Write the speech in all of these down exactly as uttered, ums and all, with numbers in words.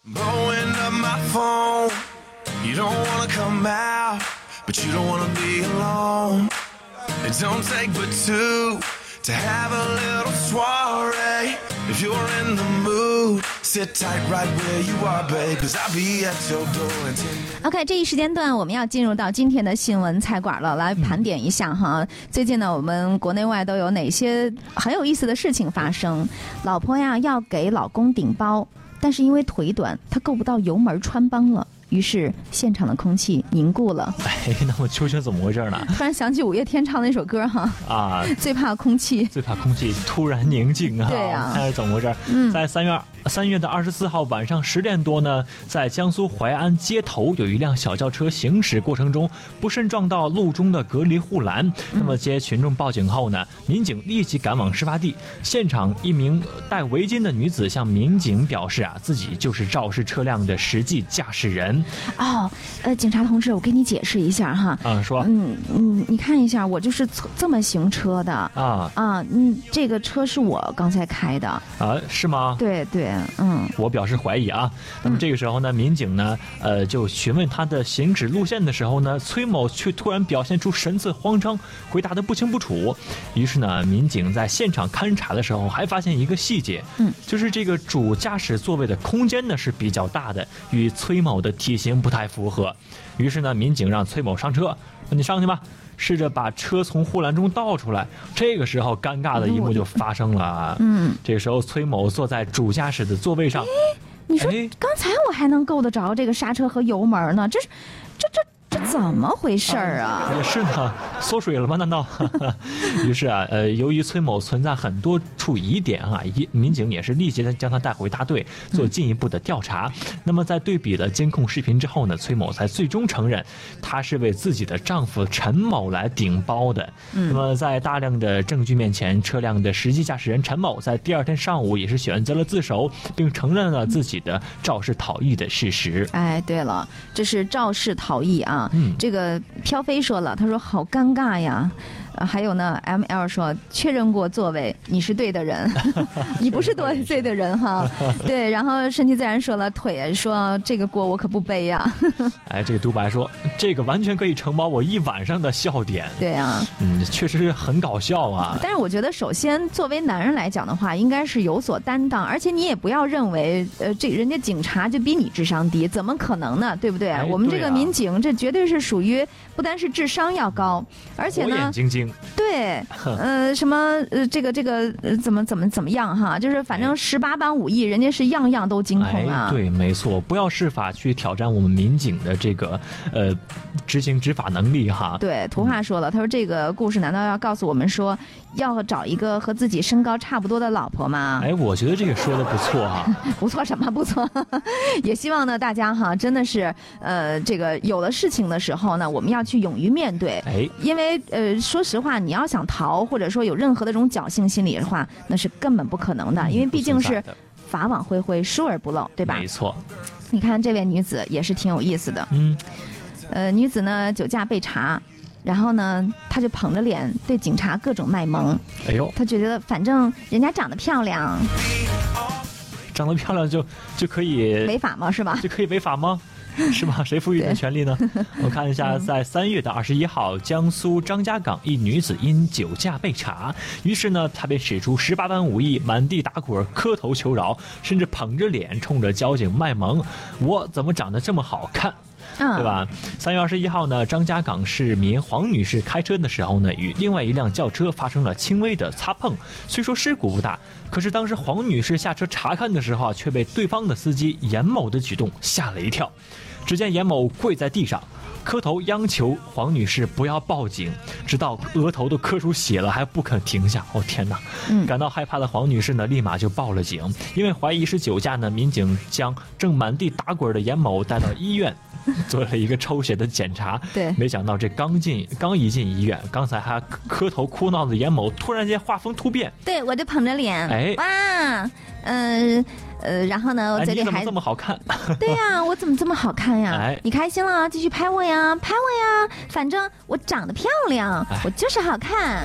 Blowing up my phone. You don't wanna come out, but you don't wanna be alone. It don't take but two to have a little soiree. If you're in the mood, sit tight right where you are, babe, 'cause I'll be at your door. OK， 这一时间段我们要进入到今天的新闻菜馆了，来盘点一下哈。嗯、最近呢，我们国内外都有哪些很有意思的事情发生？老婆呀要给老公顶包，但是因为腿短，她够不到油门穿帮了。于是现场的空气凝固了。 哎，那么究竟怎么回事呢？ 突然想起五月天唱那首歌哈啊，最怕空气， 最怕空气突然宁静啊。 对啊， 看是怎么回事？嗯，在三月三月的二十四号晚上十点多呢，在江苏淮安街头有一辆小轿车行驶过程中不慎撞到路中的隔离护栏。那么接群众报警后呢，民警立即赶往事发地。现场一名戴围巾的女子向民警表示啊，自己就是肇事车辆的实际驾驶人。 哦，呃，警察同志，我给你解释一下哈。 啊，说。 嗯嗯，你看一下，我就是这么行车的。 啊啊，嗯，这个车是我刚才开的。 啊，是吗？ 对对，嗯。 我表示怀疑啊。那么这个时候呢，民警呢，呃，就询问他的行驶路线的时候呢，崔某却突然表现出神色慌张，回答得不清不楚。于是呢，民警在现场勘查的时候，还发现一个细节，嗯，就是这个主驾驶座位的空间呢是比较大的，与崔某的体型不太符合。于是呢，民警让崔某上车，你上去吧，试着把车从护栏中倒出来。这个时候，尴尬的一幕就发生了。嗯，这个时候崔某坐在主驾驶的座位上。 你说刚才我还能够得着这个刹车和油门呢，这是这这这怎么回事儿啊？ 也是呢，缩水了吗？难道？于是啊，呃，由于崔某存在很多处疑点啊，民警也是立即将他带回大队做进一步的调查。嗯、那么在对比了监控视频之后呢，崔某才最终承认，他是为自己的丈夫陈某来顶包的。嗯、那么在大量的证据面前，车辆的实际驾驶人陈某在第二天上午也是选择了自首，并承认了自己的肇事逃逸的事实。 哎，对了，这是肇事逃逸啊。嗯，这个飘飞说了，他说好尴尬呀。呃、还有呢 ，M L 说确认过座位，你是对的人，你不是对对的人哈。对，然后顺其自然说了，腿说这个锅我可不背呀。 哎，这个独白说这个完全可以承包我一晚上的笑点。 对啊， 嗯，确实是很搞笑啊。 但是我觉得，首先作为男人来讲的话，应该是有所担当，而且你也不要认为，呃，这人家警察就比你智商低，怎么可能呢？对不对？ 哎、 我们这个民警，这绝对是属于不单是智商要高，而且呢， 火眼金睛。 对，呃，什么呃，这个这个、呃、怎么怎么怎么样哈？就是反正十八般武艺，人家是样样都精通啊。 哎、对，没错，不要设法去挑战我们民警的这个呃执行执法能力哈。 对，图画说了，他说这个故事难道要告诉我们说，要找一个和自己身高差不多的老婆吗？ 哎，我觉得这个说的不错哈。 不错什么不错？也希望呢大家哈真的是呃这个有了事情的时候呢，我们要去勇于面对。哎，因为呃说实话，你要想逃，或者说有任何的这种侥幸心理的话，那是根本不可能的，因为毕竟是法网恢恢，疏而不漏，对吧？ 没错。 你看这位女子也是挺有意思的，嗯，呃，女子呢酒驾被查，然后呢，她就捧着脸对警察各种卖萌。哎呦，她觉得反正人家长得漂亮， 长得漂亮就就可以违法吗？是吧？ 就可以违法吗？是吗？谁赋予的权利呢？我看一下，在三月的二十一号，江苏张家港一女子因酒驾被查，于是呢，她便使出十八般武艺，满地打滚，磕头求饶，甚至捧着脸冲着交警卖萌：“我怎么长得这么好看？”对吧？三月二十一号呢，张家港市民黄女士开车的时候呢，与另外一辆轿车发生了轻微的擦碰，虽说事故不大，可是当时黄女士下车查看的时候，却被对方的司机严某的举动吓了一跳。只见严某跪在地上，磕头央求黄女士不要报警，直到额头都磕出血了还不肯停下。哦天哪！感到害怕的黄女士呢，立马就报了警。因为怀疑是酒驾呢，民警将正满地打滚的严某带到医院，做了一个抽血的检查。对，没想到这刚进刚一进医院，刚才还磕头哭闹的严某，突然间画风突变。 对，我就捧着脸，哎，哇，嗯。呃，然后呢，我嘴里还、 哎、你怎么这么好看？ 对呀、啊，我怎么这么好看呀？哎、你开心了，继续拍我呀，拍我呀！反正我长得漂亮，哎、我就是好看。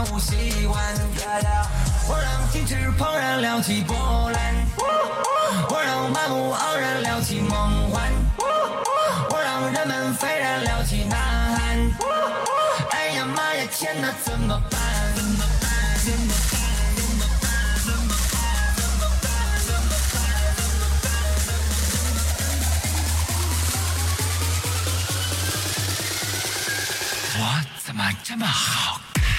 无洗碗，我让停止怦然撩起波澜，我让麻木傲然撩起梦幻，我让人们斐然撩起呐喊。哎呀妈呀，天哪，怎么办？怎么办？怎么办？我怎么这么好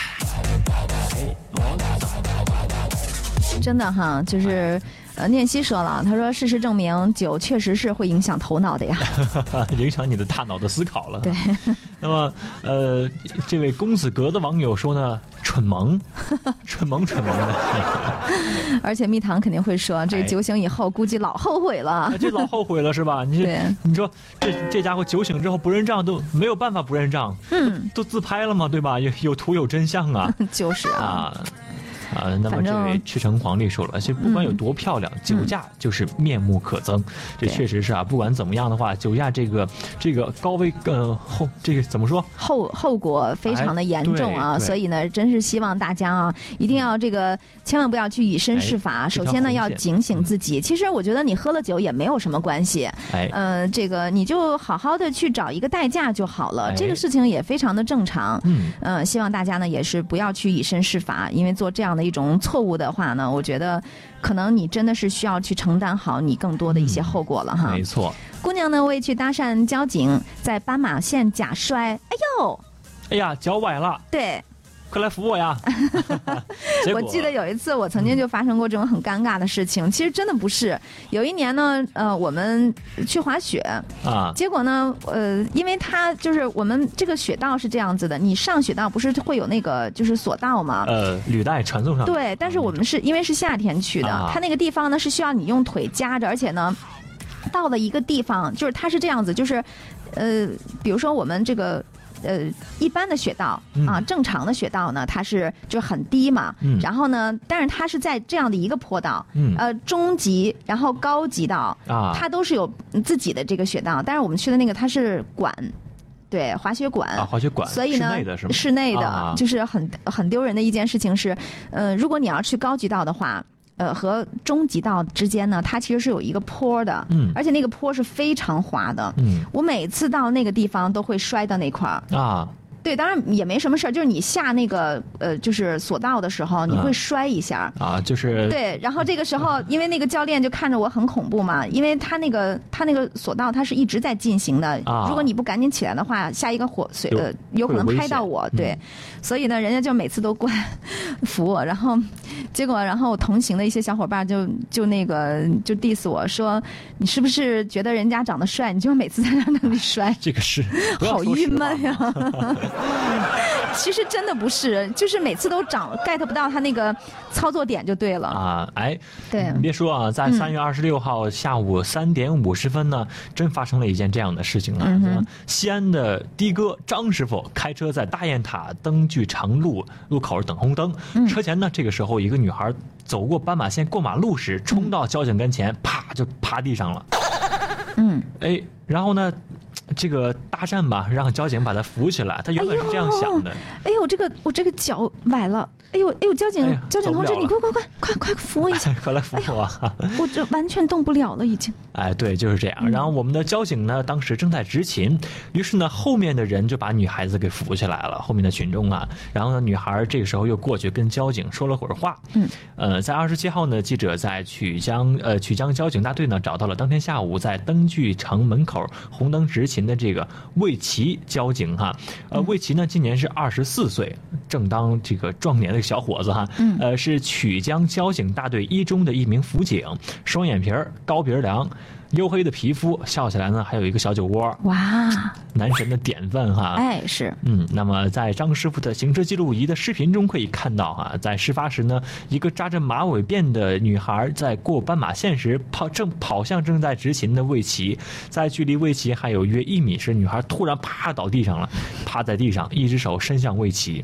看？真的哈，就是呃，念希说了，他说事实证明酒确实是会影响头脑的呀， 影响你的大脑的思考了。 对。 那么呃，这位公子阁的网友说呢，蠢萌，蠢萌蠢萌的。 而且蜜糖肯定会说，这酒醒以后估计老后悔了。 哎、这老后悔了是吧？你这你说这这家伙酒醒之后不认账都没有办法不认账，嗯，都自拍了嘛，对吧？有有图有真相啊。 就是啊。 啊啊，那么这位赤橙黄历说了，其实不管有多漂亮，嗯、酒驾就是面目可憎。嗯、这确实是啊，不管怎么样的话，酒驾这个这个高危呃后这个怎么说后后果非常的严重啊， 哎、 所以呢，真是希望大家啊，一定要这个千万不要去以身试法。哎、首先呢，要警醒自己。嗯、其实我觉得你喝了酒也没有什么关系，哎，呃，这个你就好好的去找一个代驾就好了，哎、这个事情也非常的正常。嗯，呃，希望大家呢也是不要去以身试法，因为做这样的一种错误的话呢，我觉得可能你真的是需要去承担好你更多的一些后果了哈。 嗯、没错。 姑娘呢为去搭讪交警，在斑马线假摔，哎呦， 哎呀，脚崴了。 对。 快来扶我呀！ 我记得有一次，我曾经就发生过这种很尴尬的事情。嗯、其实真的不是，有一年呢，呃，我们去滑雪啊，结果呢，呃，因为它就是我们这个雪道是这样子的，你上雪道不是会有那个就是索道吗？ 呃，履带传送上。 对，但是我们是因为是夏天去的，啊、它那个地方呢是需要你用腿夹着，而且呢，到了一个地方，就是它是这样子，就是，呃，比如说我们这个。呃，一般的雪道啊，正常的雪道呢，它是就很低嘛，嗯、然后呢，但是它是在这样的一个坡道，嗯、呃，中级然后高级道啊，它都是有自己的这个雪道，但是我们去的那个它是管。对，滑雪馆啊，滑雪馆， 所以呢， 室内的是吗？ 室内的， 啊、 就是很很丢人的一件事情是，呃，如果你要去高级道的话。呃，和中级道之间呢，它其实是有一个坡的，嗯，而且那个坡是非常滑的，嗯，我每次到那个地方都会摔到那块儿啊。对，当然也没什么事儿，就是你下那个呃，就是索道的时候，你会摔一下、 嗯、啊，就是对。然后这个时候，因为那个教练就看着我很恐怖嘛，因为他那个他那个索道它是一直在进行的，啊、如果你不赶紧起来的话，下一个火水呃有可能拍到我，对。嗯、所以呢，人家就每次都过来扶我，然后结果然后同行的一些小伙伴就就那个就 diss 我说，你是不是觉得人家长得帅，你就每次在那里摔？ 这个是好郁闷呀。其实真的不是，就是每次都长 get 不到他那个操作点就对了啊！哎， 对， 你别说啊，在三月二十六号下午三点五十分呢，嗯、真发生了一件这样的事情啊！嗯、西安的的哥张师傅开车在大雁塔灯具城路路口等红灯，嗯、车前呢，这个时候一个女孩走过斑马线过马路时，冲到交警跟前，嗯、啪就趴地上了。嗯，哎，然后呢？这个搭讪吧，让交警把他扶起来。他原本是这样想的。 哎呦，这个我这个脚崴了。哎呦哎呦，交警、哎、交警同志，你快快快快快扶我一下！ 快来扶我、啊哎！我这完全动不了了，已经。 哎，对，就是这样。嗯、然后我们的交警呢，当时正在执勤，于是呢，后面的人就把女孩子给扶起来了。后面的群众啊，然后呢，女孩这个时候又过去跟交警说了会儿话。嗯。呃，在二十七号呢，记者在曲江呃曲江交警大队呢找到了当天下午在灯具城门口红灯执勤的这个魏奇交警哈。呃，魏奇呢今年是二十四岁，正当这个壮年的小伙子哈。嗯。呃，是曲江交警大队一中的一名辅警，双眼皮儿，高鼻梁。黝黑的皮肤，笑起来呢还有一个小酒窝，哇，男神的典范哈！ 哎，是， 嗯，那么在张师傅的行车记录仪的视频中可以看到哈，在事发时呢，一个扎着马尾辫的女孩在过斑马线时跑正跑向正在执勤的魏奇，在距离魏奇还有约一米时，女孩突然啪倒地上了，趴在地上，一只手伸向魏奇，嗯、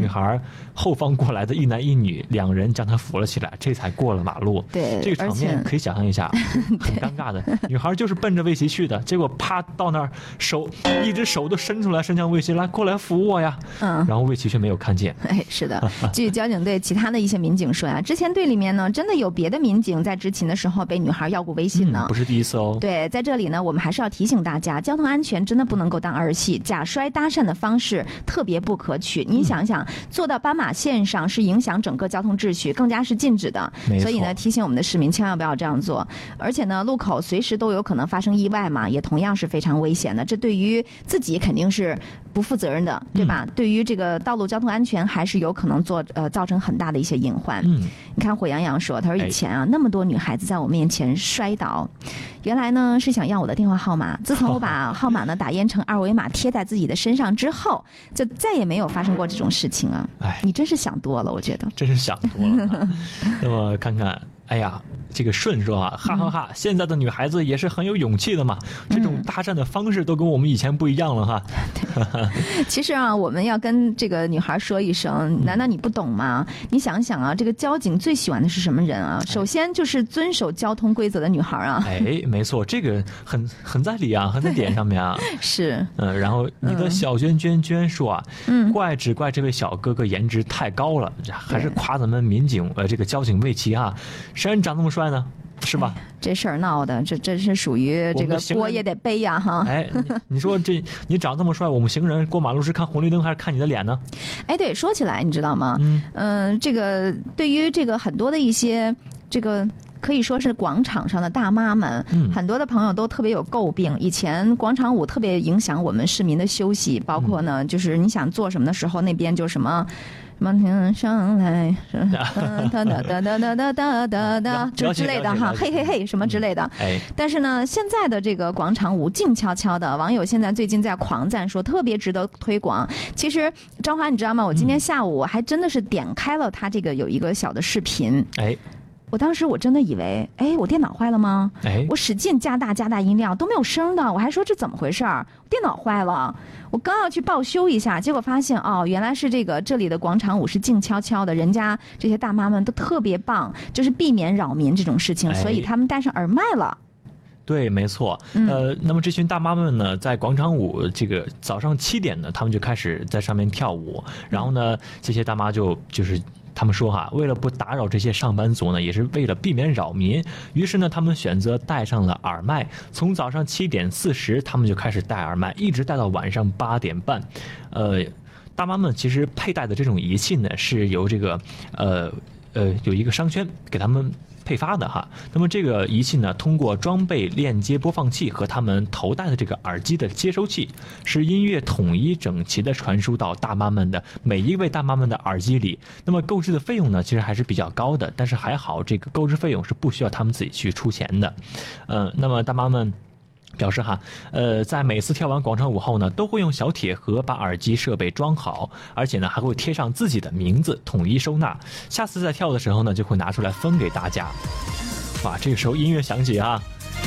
女孩后方过来的一男一女两人将她扶了起来，这才过了马路。 对， 这个场面可以想象一下，很尴尬的。女孩就是奔着魏琪去的，结果啪到那儿手一只手都伸出来，伸向魏琪，来过来扶我呀。嗯，然后魏琪却没有看见。 哎，是的。据交警队其他的一些民警说呀，之前队里面呢真的有别的民警在执勤的时候被女孩要过微信呢、 嗯，不是第一次哦。 对，在这里呢，我们还是要提醒大家，交通安全真的不能够当儿戏，假摔搭讪的方式特别不可取。你想想，坐到斑马线上是影响整个交通秩序，更加是禁止的。所以呢，提醒我们的市民千万不要这样做。而且呢，路口随时都有可能发生意外嘛，也同样是非常危险的。这对于自己肯定是不负责任的，对吧？嗯、对于这个道路交通安全，还是有可能做呃造成很大的一些隐患。嗯，你看火洋洋说，他说以前啊、哎、那么多女孩子在我面前摔倒，原来呢是想要我的电话号码。自从我把号码呢打印成二维码贴在自己的身上之后，就再也没有发生过这种事情啊！哎，你真是想多了，我觉得真是想多了。那么看看。哎呀，这个顺说啊，哈哈哈！现在的女孩子也是很有勇气的嘛，这种搭讪的方式都跟我们以前不一样了哈。 对，其实啊，我们要跟这个女孩说一声，难道你不懂吗？你想想啊，这个交警最喜欢的是什么人啊？首先就是遵守交通规则的女孩啊。 哎，没错，这个很很在理啊，很在点上面啊。 是。 嗯，然后你的小娟娟娟说啊，嗯，怪只怪这位小哥哥颜值太高了，还是夸咱们民警呃这个交警魏琪啊。谁让你长那么帅呢？是吧？ 哎、这事儿闹的，这这是属于这个锅也得背呀哈！ 哎，你, 你说这你长这么帅，我们行人过马路是看红绿灯还是看你的脸呢？ 哎，对，说起来你知道吗？嗯嗯、呃，这个对于这个很多的一些这个。可以说是广场上的大妈们、嗯、很多的朋友都特别有诟病，以前广场舞特别影响我们市民的休息，包括呢、嗯、就是你想做什么的时候，那边就什么什么停上来哒哒哒哒哒哒哒哒哒就之类的哈，嘿嘿嘿什么之类的、嗯、但是呢现在的这个广场舞静悄悄的，网友现在最近在狂赞说特别值得推广。其实张华你知道吗，我今天下午还真的是点开了他这个有一个小的视频，哎，我当时我真的以为，哎，我电脑坏了吗？哎，我使劲加大加大音量都没有声的，我还说这怎么回事儿？电脑坏了，我刚要去报修一下，结果发现哦，原来是这个这里的广场舞是静悄悄的，人家这些大妈们都特别棒，就是避免扰民这种事情，所以他们戴上耳麦了。 对，没错。呃，那么这群大妈们呢，在广场舞这个早上七点呢，他们就开始在上面跳舞，然后呢，这些大妈就就是。他们说哈，为了不打扰这些上班族呢，也是为了避免扰民，于是呢，他们选择戴上了耳麦。从早上七点四十，他们就开始戴耳麦，一直戴到晚上八点半。呃，大妈们其实佩戴的这种仪器呢，是由这个呃呃有一个商圈给他们配发的哈。那么这个仪器呢，通过装备链接播放器和他们头戴的这个耳机的接收器，使音乐统一整齐的传输到大妈们的每一位大妈们的耳机里。那么购置的费用呢，其实还是比较高的，但是还好这个购置费用是不需要他们自己去出钱的。嗯、呃，那么大妈们表示哈，呃，在每次跳完广场舞后呢，都会用小铁盒把耳机设备装好，而且呢还会贴上自己的名字，统一收纳。下次在跳的时候呢，就会拿出来分给大家。哇，这个时候音乐响起啊！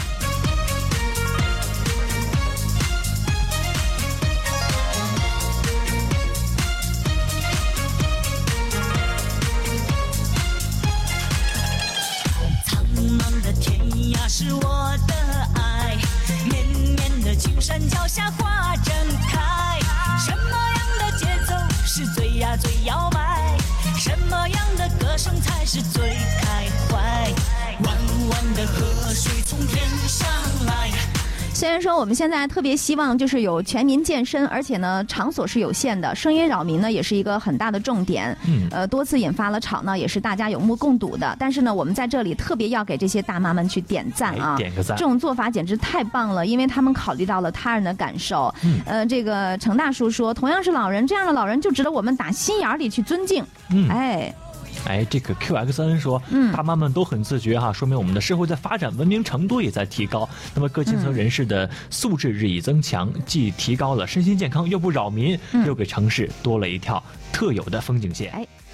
苍茫的天涯是我的爱，绵绵的青山脚下花正开。什么样的节奏是最呀最摇摆？什么样的歌声才是最开怀？弯弯的河水从天上来。 虽然说我们现在特别希望就是有全民健身，而且呢场所是有限的，声音扰民呢也是一个很大的重点，嗯，呃多次引发了吵闹，也是大家有目共睹的。但是呢，我们在这里特别要给这些大妈们去点赞啊， 点个赞， 这种做法简直太棒了，因为他们考虑到了他人的感受。嗯，呃，这个程大叔说，同样是老人，这样的老人就值得我们打心眼里去尊敬。嗯，哎。 哎，这个 Q X N 说，嗯，大妈们都很自觉哈，说明我们的社会在发展，文明程度也在提高。那么各阶层人士的素质日益增强，嗯、既提高了身心健康，又不扰民，嗯、又给城市多了一条特有的风景线。哎。